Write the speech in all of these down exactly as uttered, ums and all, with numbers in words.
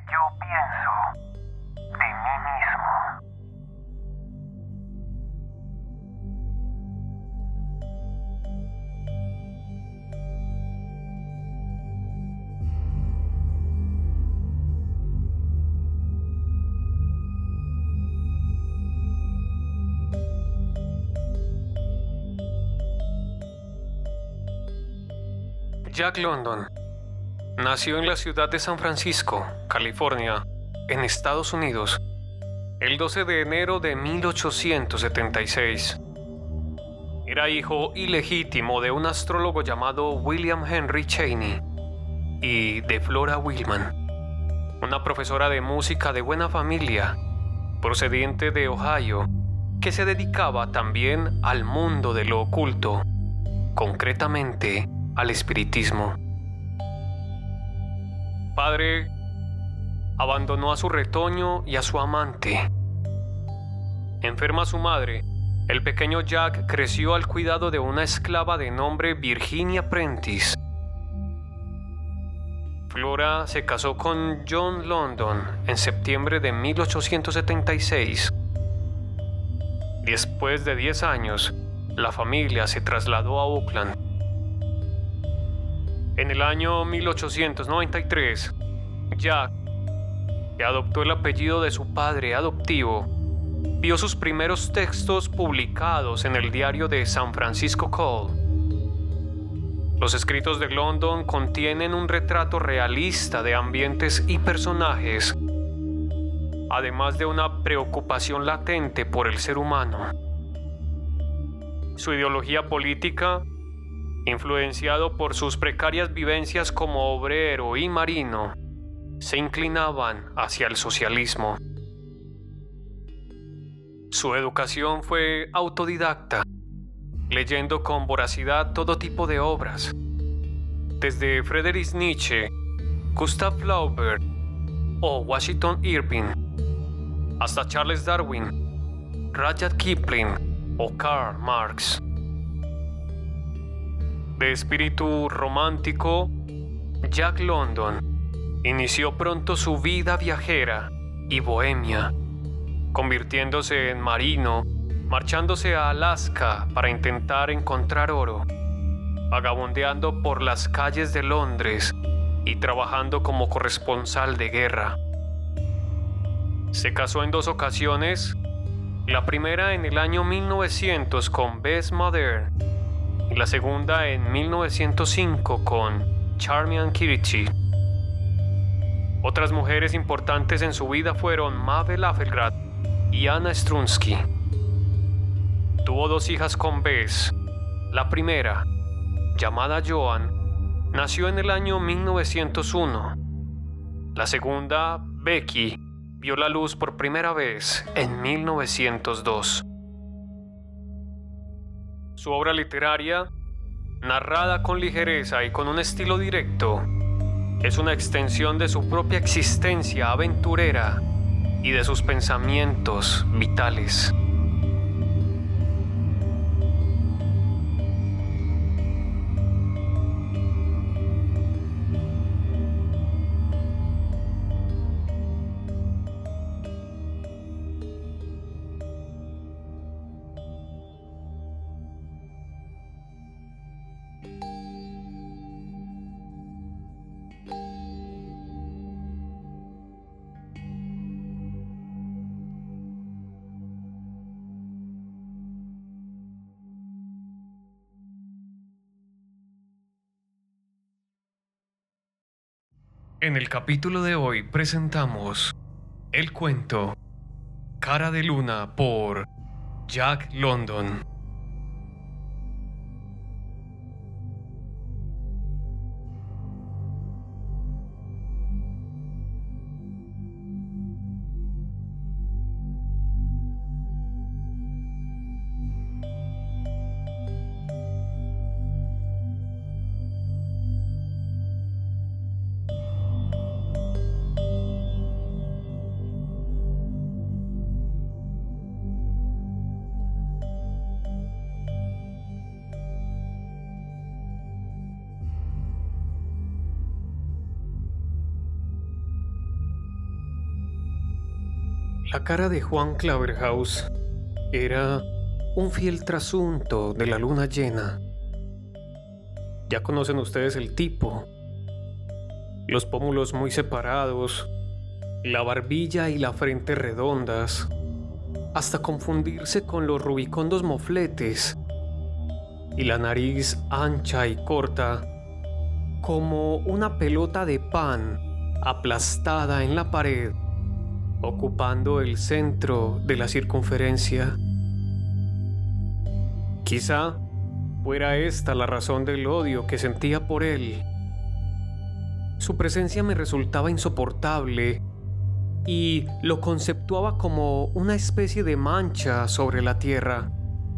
yo pienso de mí mismo. Jack London nació en la ciudad de San Francisco, California, en Estados Unidos, el doce de enero de mil ochocientos setenta y seis. Era hijo ilegítimo de un astrólogo llamado William Henry Chaney y de Flora Wheelman, una profesora de música de buena familia, procedente de Ohio, que se dedicaba también al mundo de lo oculto, concretamente al espiritismo. Padre abandonó a su retoño y a su amante. Enferma su madre, el pequeño Jack creció al cuidado de una esclava de nombre Virginia Prentice. Flora se casó con John London en septiembre de mil ochocientos setenta y seis. Después de diez años, la familia se trasladó a Oakland. En el año mil ochocientos noventa y tres, Jack, que adoptó el apellido de su padre adoptivo, vio sus primeros textos publicados en el diario de San Francisco Call. Los escritos de London contienen un retrato realista de ambientes y personajes, además de una preocupación latente por el ser humano. Su ideología política, influenciado por sus precarias vivencias como obrero y marino, se inclinaban hacia el socialismo. Su educación fue autodidacta, leyendo con voracidad todo tipo de obras, desde Friedrich Nietzsche, Gustav Flaubert o Washington Irving, hasta Charles Darwin, Rudyard Kipling o Karl Marx. De espíritu romántico, Jack London inició pronto su vida viajera y bohemia, convirtiéndose en marino, marchándose a Alaska para intentar encontrar oro, vagabundeando por las calles de Londres y trabajando como corresponsal de guerra. Se casó en dos ocasiones, la primera en el año mil novecientos con Bess Mather y la segunda en mil novecientos cinco con Charmian Kirchie. Otras mujeres importantes en su vida fueron Mabel Affelgrad y Anna Strunsky. Tuvo dos hijas con Bess. La primera, llamada Joan, nació en el año mil novecientos uno. La segunda, Becky, vio la luz por primera vez en mil novecientos dos. Su obra literaria, narrada con ligereza y con un estilo directo, es una extensión de su propia existencia aventurera y de sus pensamientos vitales. En el capítulo de hoy presentamos el cuento Cara de Luna por Jack London. La cara de Juan Claverhouse era un fiel trasunto de la luna llena. Ya conocen ustedes el tipo. Los pómulos muy separados, la barbilla y la frente redondas, hasta confundirse con los rubicondos mofletes, y la nariz ancha y corta, como una pelota de pan aplastada en la pared, ocupando el centro de la circunferencia. Quizá fuera esta la razón del odio que sentía por él. Su presencia me resultaba insoportable y lo conceptuaba como una especie de mancha sobre la tierra.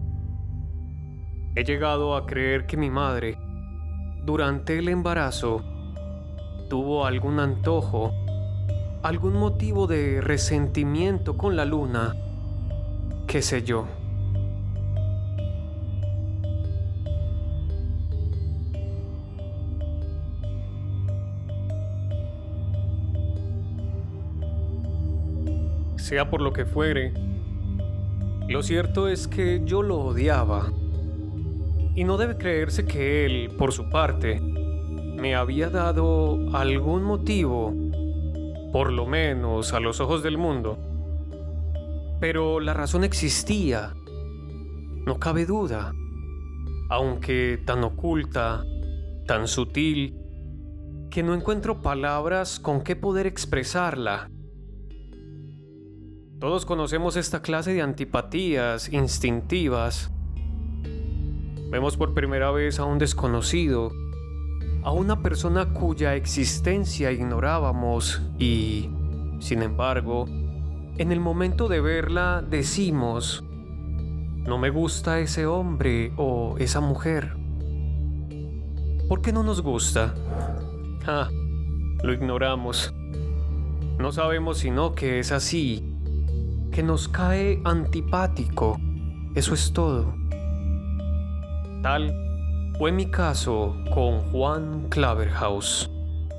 He llegado a creer que mi madre, durante el embarazo, tuvo algún antojo, algún motivo de resentimiento con la luna, qué sé yo. Sea por lo que fuere, lo cierto es que yo lo odiaba. Y no debe creerse que él, por su parte, me había dado algún motivo, por lo menos a los ojos del mundo. Pero la razón existía, no cabe duda, aunque tan oculta, tan sutil, que no encuentro palabras con qué poder expresarla. Todos conocemos esta clase de antipatías instintivas. Vemos por primera vez a un desconocido, a una persona cuya existencia ignorábamos y, sin embargo, en el momento de verla decimos: no me gusta ese hombre o esa mujer. ¿Por qué no nos gusta? Ah, lo ignoramos. No sabemos sino que es así, que nos cae antipático. Eso es todo. Tal fue mi caso con Juan Claverhouse.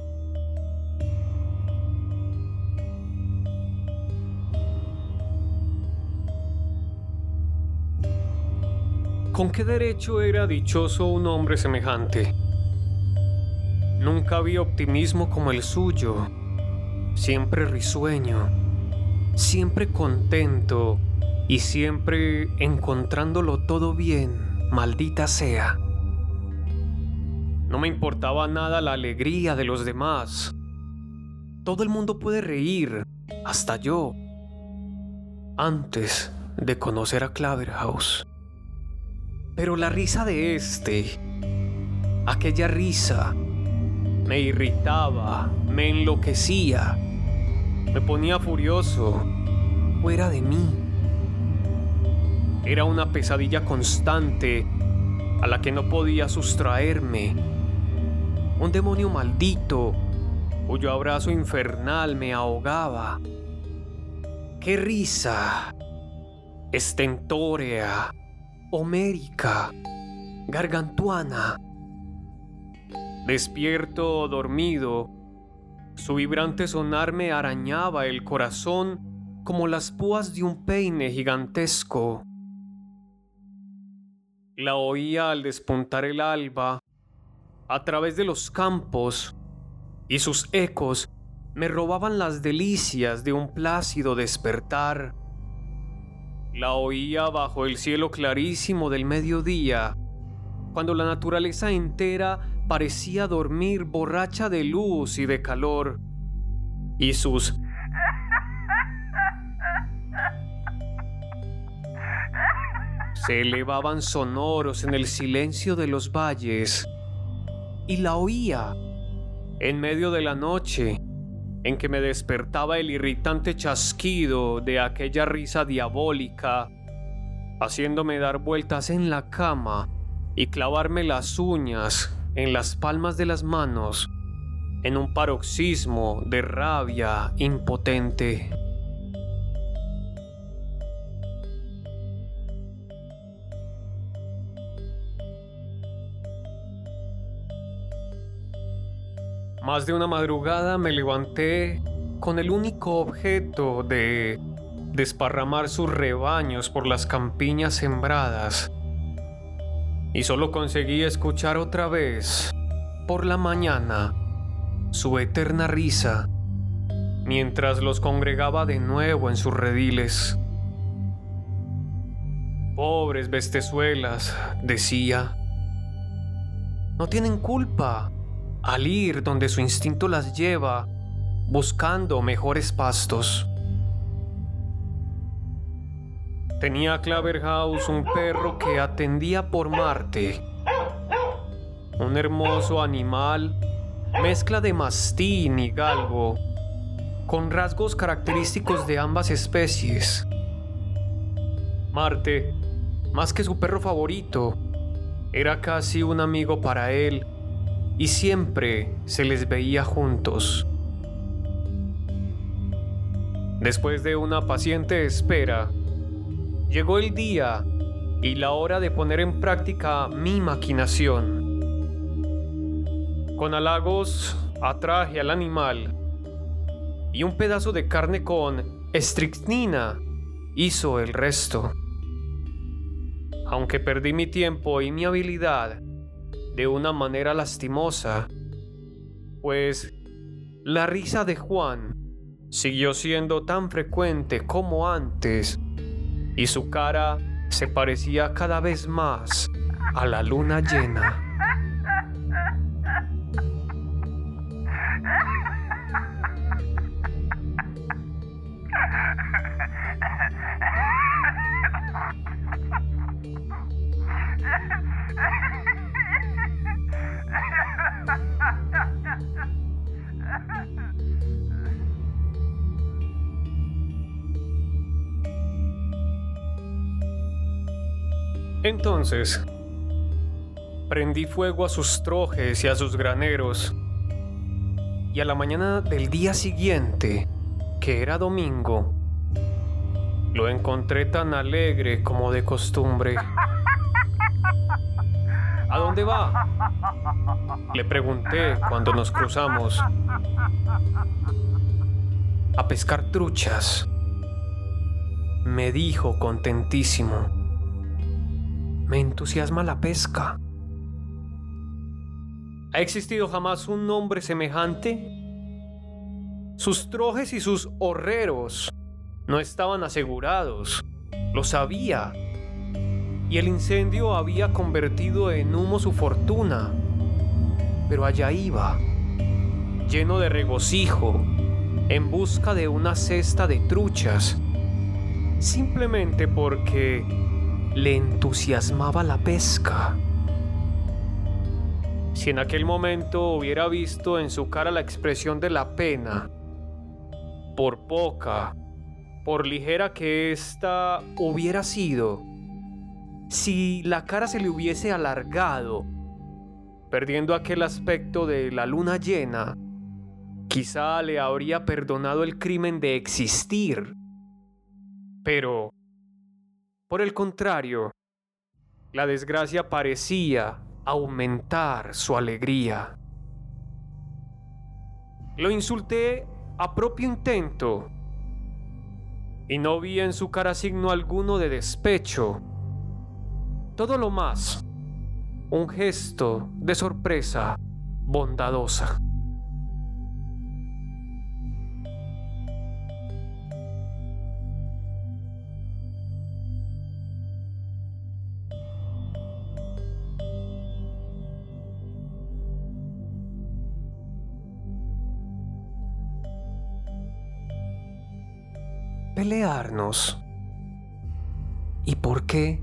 ¿Con qué derecho era dichoso un hombre semejante? Nunca vi optimismo como el suyo, siempre risueño, siempre contento y siempre encontrándolo todo bien. Maldita sea. No me importaba nada la alegría de los demás. Todo el mundo puede reír, hasta yo, antes de conocer a Claverhouse. Pero la risa de este, aquella risa, me irritaba, me enloquecía, me ponía furioso, fuera de mí. Era una pesadilla constante a la que no podía sustraerme. Un demonio maldito cuyo abrazo infernal me ahogaba. ¡Qué risa! Estentórea, homérica, gargantuana. Despierto o dormido, su vibrante sonar me arañaba el corazón como las púas de un peine gigantesco. La oía al despuntar el alba, a través de los campos, y sus ecos me robaban las delicias de un plácido despertar. La oía bajo el cielo clarísimo del mediodía, cuando la naturaleza entera parecía dormir borracha de luz y de calor, y sus se elevaban sonoros en el silencio de los valles, y la oía en medio de la noche, en que me despertaba el irritante chasquido de aquella risa diabólica, haciéndome dar vueltas en la cama y clavarme las uñas en las palmas de las manos, en un paroxismo de rabia impotente. Más de una madrugada me levanté con el único objeto de desparramar sus rebaños por las campiñas sembradas, y solo conseguía escuchar otra vez, por la mañana, su eterna risa, mientras los congregaba de nuevo en sus rediles. Pobres bestezuelas, decía, no tienen culpa al ir donde su instinto las lleva, buscando mejores pastos. Tenía Claverhouse un perro que atendía por Marte, un hermoso animal, mezcla de mastín y galgo, con rasgos característicos de ambas especies. Marte, más que su perro favorito, era casi un amigo para él, y siempre se les veía juntos. Después de una paciente espera, llegó el día y la hora de poner en práctica mi maquinación. Con halagos atraje al animal, y un pedazo de carne con estricnina hizo el resto. Aunque perdí mi tiempo y mi habilidad de una manera lastimosa, pues la risa de Juan siguió siendo tan frecuente como antes, y su cara se parecía cada vez más a la luna llena. Entonces, prendí fuego a sus trojes y a sus graneros, y a la mañana del día siguiente, que era domingo, lo encontré tan alegre como de costumbre. ¿A dónde va?, le pregunté cuando nos cruzamos. A pescar truchas, me dijo contentísimo. Me entusiasma la pesca. ¿Ha existido jamás un hombre semejante? Sus trojes y sus horreros no estaban asegurados, lo sabía, y el incendio había convertido en humo su fortuna. Pero allá iba, lleno de regocijo, en busca de una cesta de truchas, simplemente porque le entusiasmaba la pesca. Si en aquel momento hubiera visto en su cara la expresión de la pena, por poca, por ligera que ésta hubiera sido, si la cara se le hubiese alargado, perdiendo aquel aspecto de la luna llena, quizá le habría perdonado el crimen de existir. Pero, por el contrario, la desgracia parecía aumentar su alegría. Lo insulté a propio intento, y no vi en su cara signo alguno de despecho. Todo lo más, un gesto de sorpresa bondadosa. Pelearnos. ¿Y por qué?,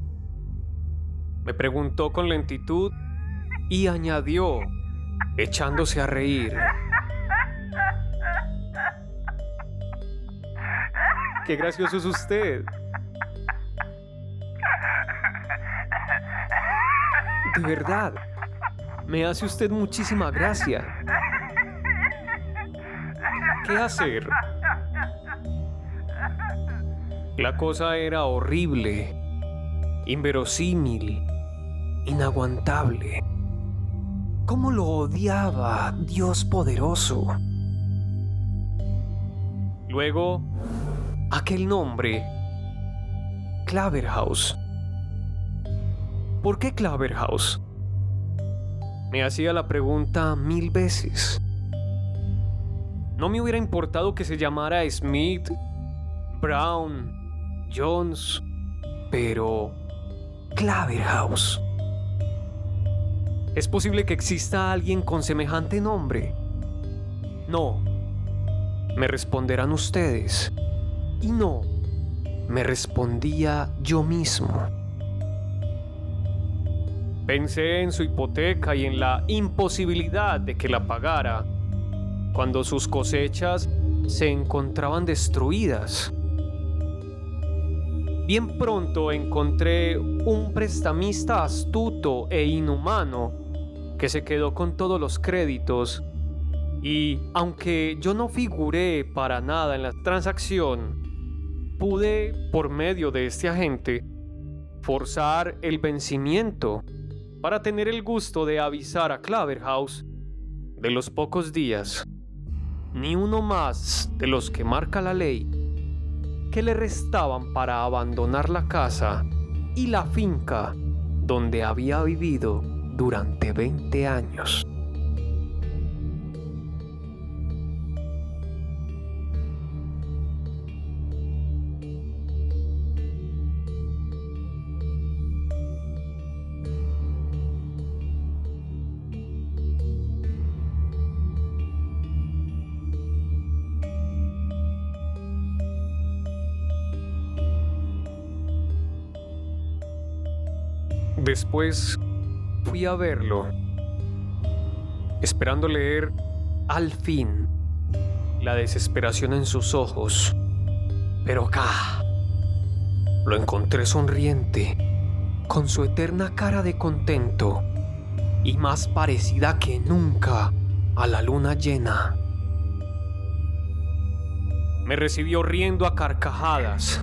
me preguntó con lentitud y añadió, echándose a reír. ¡Qué gracioso es usted! De verdad, me hace usted muchísima gracia. ¿Qué hacer? La cosa era horrible, inverosímil, inaguantable. ¿Cómo lo odiaba, Dios poderoso? Luego aquel nombre, Claverhouse. ¿Por qué Claverhouse? Me hacía la pregunta mil veces. No me hubiera importado que se llamara Smith, Brown, Jones, pero Claverhouse. ¿Es posible que exista alguien con semejante nombre? No, me responderán ustedes. Y no, me respondía yo mismo. Pensé en su hipoteca y en la imposibilidad de que la pagara cuando sus cosechas se encontraban destruidas. Bien pronto encontré un prestamista astuto e inhumano que se quedó con todos los créditos y, aunque yo no figuré para nada en la transacción, pude, por medio de este agente, forzar el vencimiento para tener el gusto de avisar a Claverhouse de los pocos días, ni uno más de los que marca la ley, que le restaban para abandonar la casa y la finca donde había vivido durante veinte años. Después fui a verlo, esperando leer al fin la desesperación en sus ojos. Pero acá lo encontré sonriente, con su eterna cara de contento y más parecida que nunca a la luna llena. Me recibió riendo a carcajadas.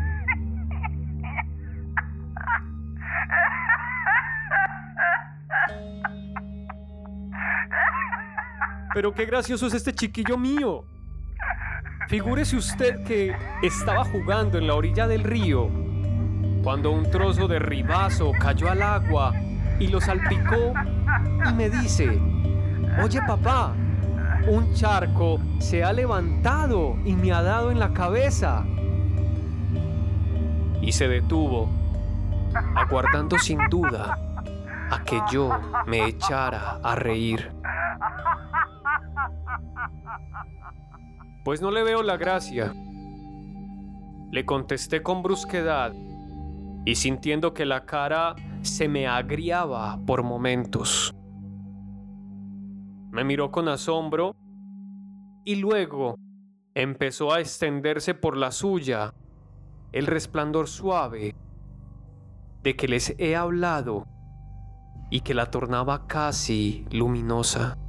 Pero qué gracioso es este chiquillo mío. Figúrese usted que estaba jugando en la orilla del río cuando un trozo de ribazo cayó al agua y lo salpicó y me dice: oye papá, un charco se ha levantado y me ha dado en la cabeza. Y se detuvo, aguardando sin duda a que yo me echara a reír. Pues no le veo la gracia, le contesté con brusquedad y sintiendo que la cara se me agriaba por momentos. Me miró con asombro y luego empezó a extenderse por la suya el resplandor suave de que les he hablado y que la tornaba casi luminosa.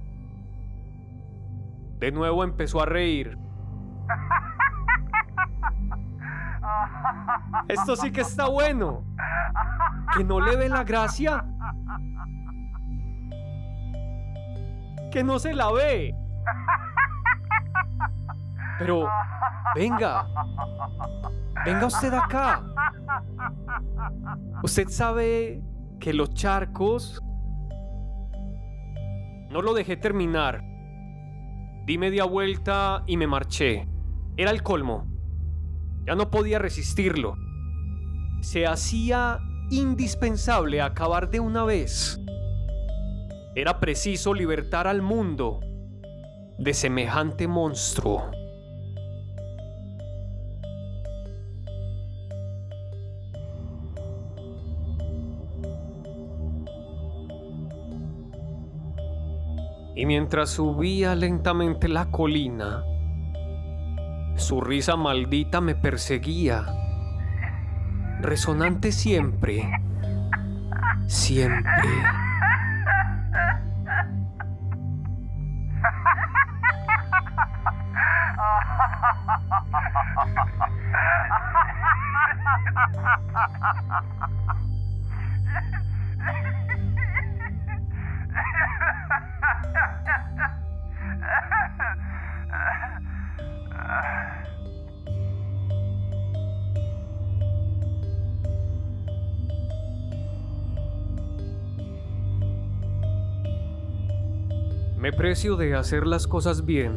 De nuevo empezó a reír. Esto sí que está bueno. ¿Que no le ve la gracia? Que no se la ve. Pero venga, venga usted acá. Usted sabe que los charcos... No lo dejé terminar. Di media vuelta y me marché. Era el colmo. Ya no podía resistirlo. Se hacía indispensable acabar de una vez. Era preciso libertar al mundo de semejante monstruo. Y mientras subía lentamente la colina, su risa maldita me perseguía, resonante siempre, siempre. me precio de hacer las cosas bien.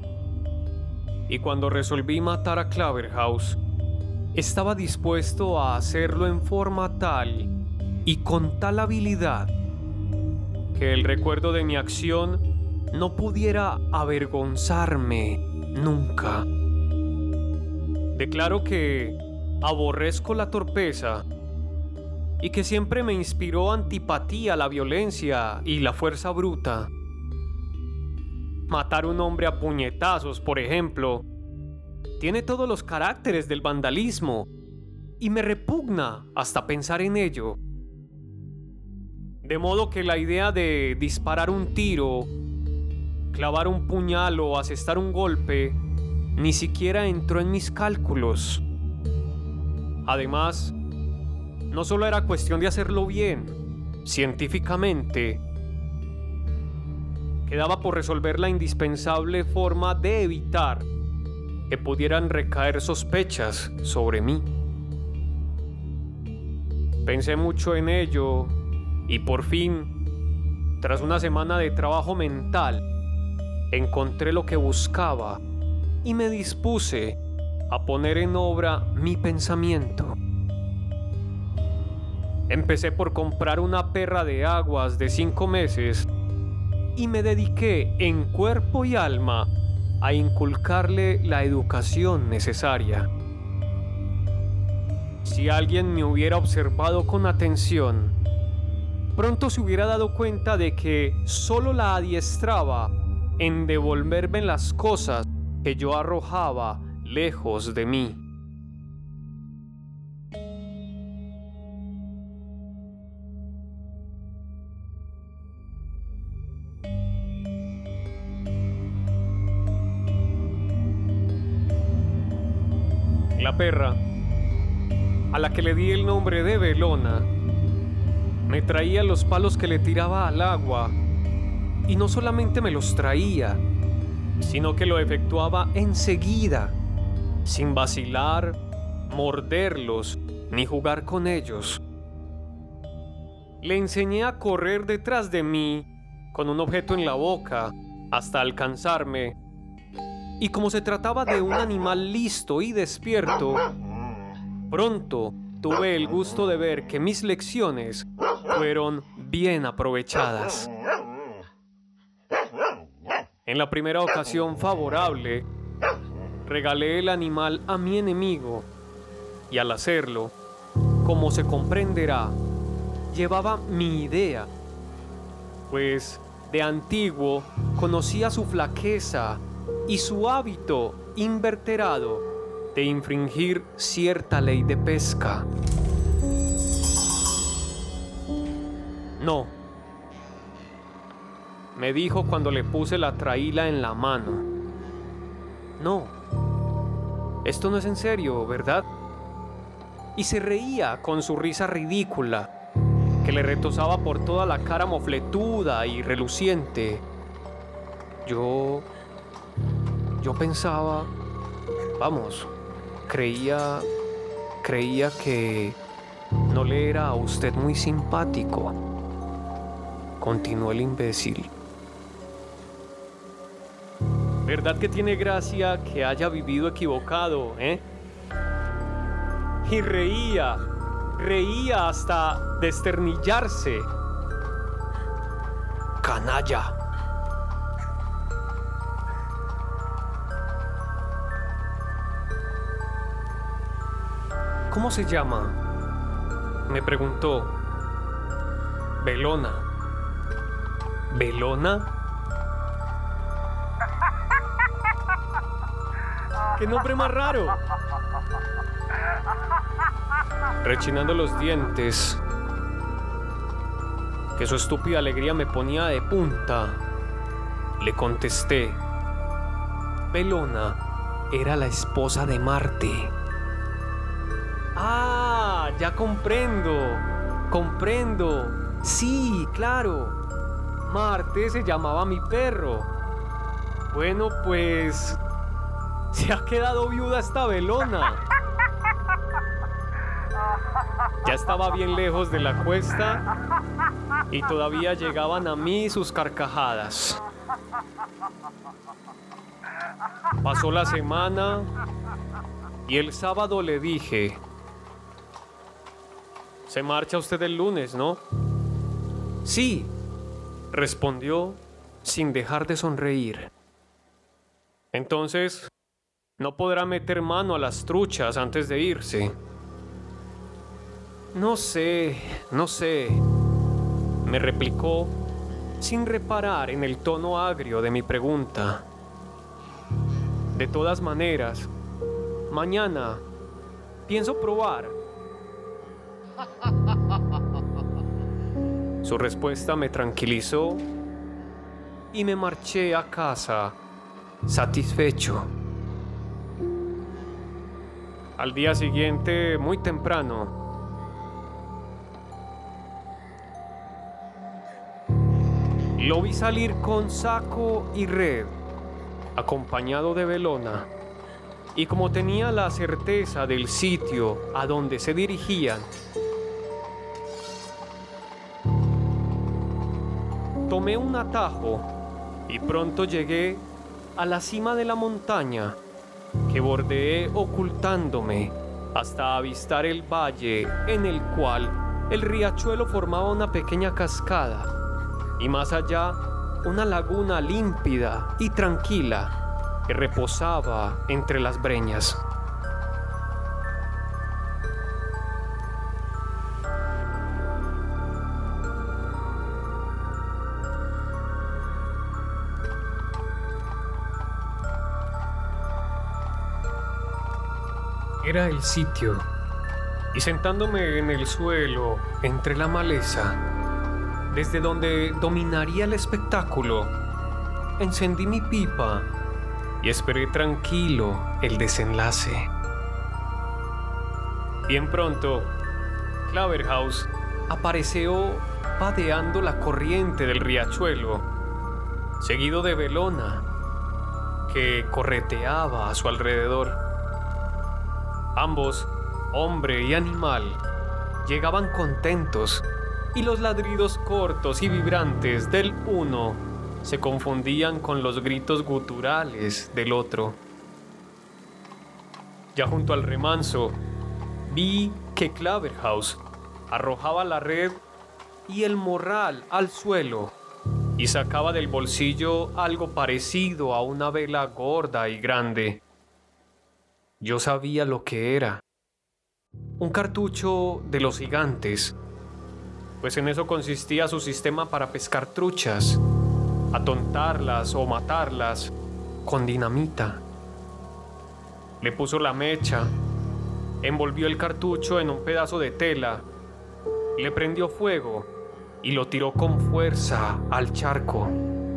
Y cuando resolví matar a Claverhouse, estaba dispuesto a hacerlo en forma tal y con tal habilidad que el recuerdo de mi acción no pudiera avergonzarme nunca. Declaro que aborrezco la torpeza y que siempre me inspiró antipatía a la violencia y la fuerza bruta. Matar a un hombre a puñetazos, por ejemplo, tiene todos los caracteres del vandalismo y me repugna hasta pensar en ello. De modo que la idea de disparar un tiro, clavar un puñal o asestar un golpe ni siquiera entró en mis cálculos. Además, no solo era cuestión de hacerlo bien, científicamente, quedaba por resolver la indispensable forma de evitar que pudieran recaer sospechas sobre mí. Pensé mucho en ello y por fin, tras una semana de trabajo mental, encontré lo que buscaba y me dispuse a poner en obra mi pensamiento. Empecé por comprar una perra de aguas de cinco meses y me dediqué en cuerpo y alma a inculcarle la educación necesaria. Si alguien me hubiera observado con atención, pronto se hubiera dado cuenta de que solo la adiestraba en devolverme las cosas que yo arrojaba lejos de mí. La perra, a la que le di el nombre de Belona, me traía los palos que le tiraba al agua, y no solamente me los traía, sino que lo efectuaba enseguida, sin vacilar, morderlos, ni jugar con ellos. Le enseñé a correr detrás de mí, con un objeto en la boca, hasta alcanzarme, y como se trataba de un animal listo y despierto, pronto tuve el gusto de ver que mis lecciones fueron bien aprovechadas. En la primera ocasión favorable, regalé el animal a mi enemigo y al hacerlo, como se comprenderá, llevaba mi idea, pues de antiguo conocía su flaqueza y su hábito inverterado de infringir cierta ley de pesca. No, me dijo cuando le puse la traíla en la mano. No, esto no es en serio, ¿verdad? Y se reía con su risa ridícula, que le retozaba por toda la cara mofletuda y reluciente. Yo... Yo pensaba... Vamos, creía... Creía que... no le era a usted muy simpático. Continuó el imbécil. ¿Verdad que tiene gracia que haya vivido equivocado, eh? Y reía, reía hasta desternillarse. ¡Canalla! ¿Cómo se llama?, me preguntó. Belona. ¿Belona? ¡Qué nombre más raro! Rechinando los dientes, que su estúpida alegría me ponía de punta, le contesté. Belona era la esposa de Marte. ¡Ah! Ya comprendo, comprendo. Sí, claro. Marte se llamaba mi perro. Bueno, pues... se ha quedado viuda esta Belona. Ya estaba bien lejos de la cuesta y todavía llegaban a mí sus carcajadas. Pasó la semana y el sábado le dije: «Se marcha usted el lunes, ¿no?». «Sí», respondió sin dejar de sonreír. «Entonces, no podrá meter mano a las truchas antes de irse». «No sé, no sé», me replicó sin reparar en el tono agrio de mi pregunta. «De todas maneras, mañana pienso probar». Su respuesta me tranquilizó y me marché a casa satisfecho. Al día siguiente, muy temprano, lo vi salir con saco y red, acompañado de Belona, y como tenía la certeza del sitio a donde se dirigían, tomé un atajo y pronto llegué a la cima de la montaña, que bordeé ocultándome hasta avistar el valle en el cual el riachuelo formaba una pequeña cascada y más allá una laguna límpida y tranquila que reposaba entre las breñas. Era el sitio, y sentándome en el suelo entre la maleza, desde donde dominaría el espectáculo, encendí mi pipa y esperé tranquilo el desenlace. Bien pronto, Claverhouse apareció vadeando la corriente del riachuelo, seguido de Belona, que correteaba a su alrededor. Ambos, hombre y animal, llegaban contentos, y los ladridos cortos y vibrantes del uno se confundían con los gritos guturales del otro. Ya junto al remanso, vi que Claverhouse arrojaba la red y el morral al suelo y sacaba del bolsillo algo parecido a una vela gorda y grande. Yo sabía lo que era. Un cartucho de los gigantes, pues en eso consistía su sistema para pescar truchas, atontarlas o matarlas con dinamita. Le puso la mecha, envolvió el cartucho en un pedazo de tela, le prendió fuego y lo tiró con fuerza al charco.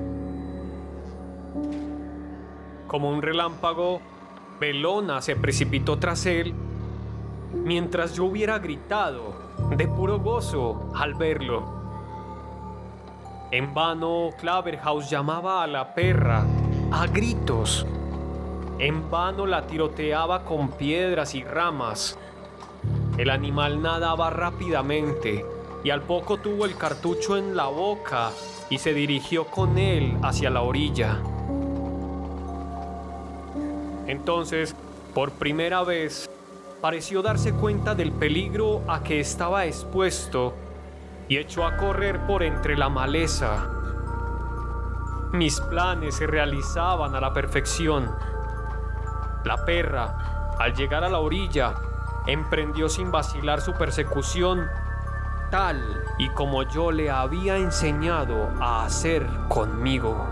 Como un relámpago, Belona se precipitó tras él, mientras yo hubiera gritado de puro gozo al verlo. En vano Claverhouse llamaba a la perra a gritos. En vano la tiroteaba con piedras y ramas. El animal nadaba rápidamente y al poco tuvo el cartucho en la boca y se dirigió con él hacia la orilla. Entonces, por primera vez, pareció darse cuenta del peligro a que estaba expuesto y echó a correr por entre la maleza. Mis planes se realizaban a la perfección. La perra, al llegar a la orilla, emprendió sin vacilar su persecución, tal y como yo le había enseñado a hacer conmigo.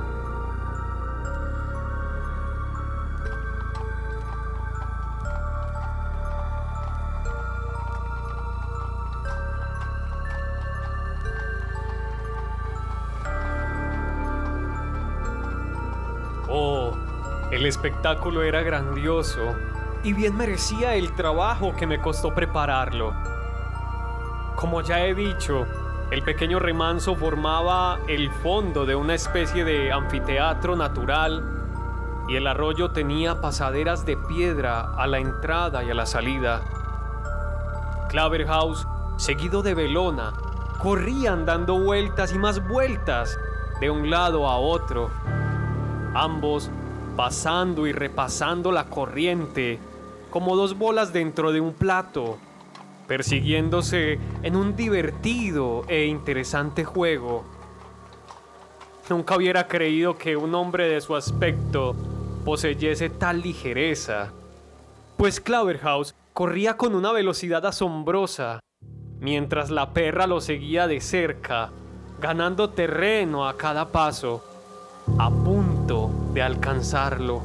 Oh, el espectáculo era grandioso y bien merecía el trabajo que me costó prepararlo. Como ya he dicho, el pequeño remanso formaba el fondo de una especie de anfiteatro natural y el arroyo tenía pasaderas de piedra a la entrada y a la salida. Claverhouse, seguido de Belona, corrían dando vueltas y más vueltas de un lado a otro. ambos pasando y repasando la corriente como dos bolas dentro de un plato, persiguiéndose en un divertido e interesante juego. Nunca hubiera creído que un hombre de su aspecto poseyese tal ligereza, pues Claverhouse corría con una velocidad asombrosa, mientras la perra lo seguía de cerca, ganando terreno a cada paso, a punto de alcanzarlo.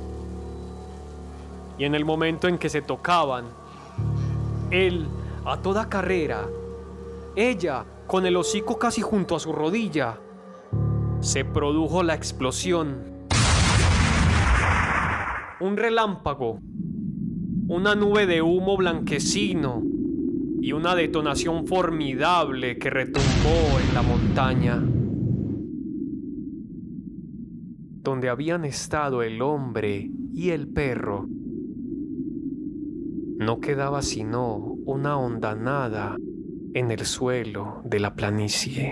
Y en el momento en que se tocaban, él a toda carrera, ella con el hocico casi junto a su rodilla, se produjo la explosión. Un relámpago, una nube de humo blanquecino y una detonación formidable que retumbó en la montaña. Donde habían estado el hombre y el perro, no quedaba sino una hondanada en el suelo de la planicie.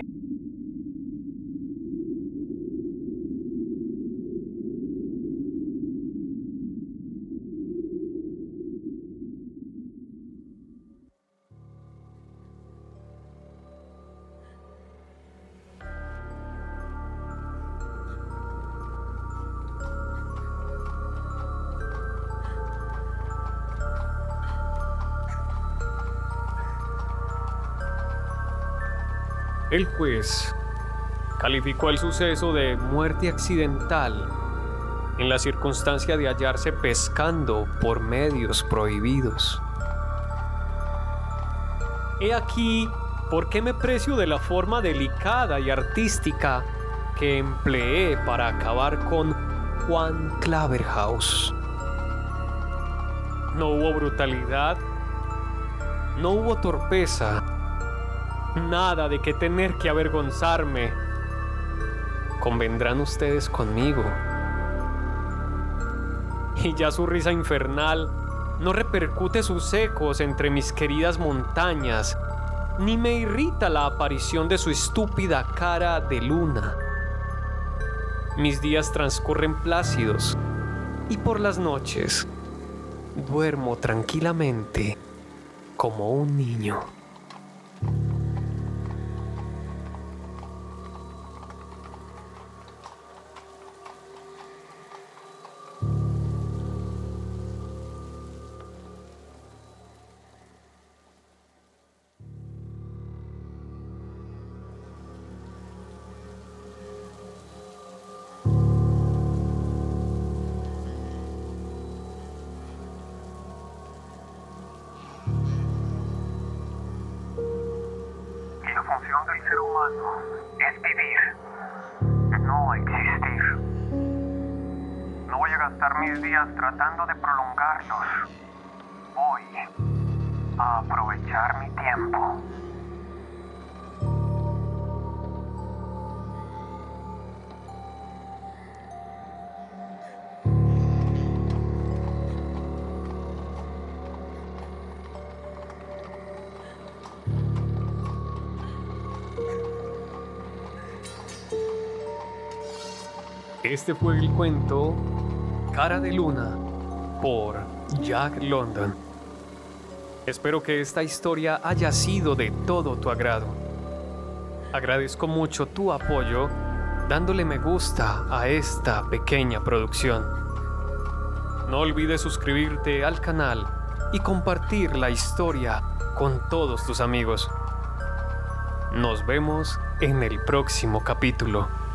El juez calificó el suceso de muerte accidental en la circunstancia de hallarse pescando por medios prohibidos. He aquí por qué me precio de la forma delicada y artística que empleé para acabar con Juan Claverhouse. No hubo brutalidad, no hubo torpeza, nada de que tener que avergonzarme. Convendrán ustedes conmigo. Y ya su risa infernal no repercute sus ecos entre mis queridas montañas, ni me irrita la aparición de su estúpida cara de luna. Mis días transcurren plácidos y por las noches duermo tranquilamente como un niño. La función del ser humano es vivir, no existir. No voy a gastar mis días tratando de prolongarlos. Voy a aprovechar mi tiempo. Este fue el cuento Cara de Luna por Jack London. Espero que esta historia haya sido de todo tu agrado. Agradezco mucho tu apoyo dándole me gusta a esta pequeña producción. No olvides suscribirte al canal y compartir la historia con todos tus amigos. Nos vemos en el próximo capítulo.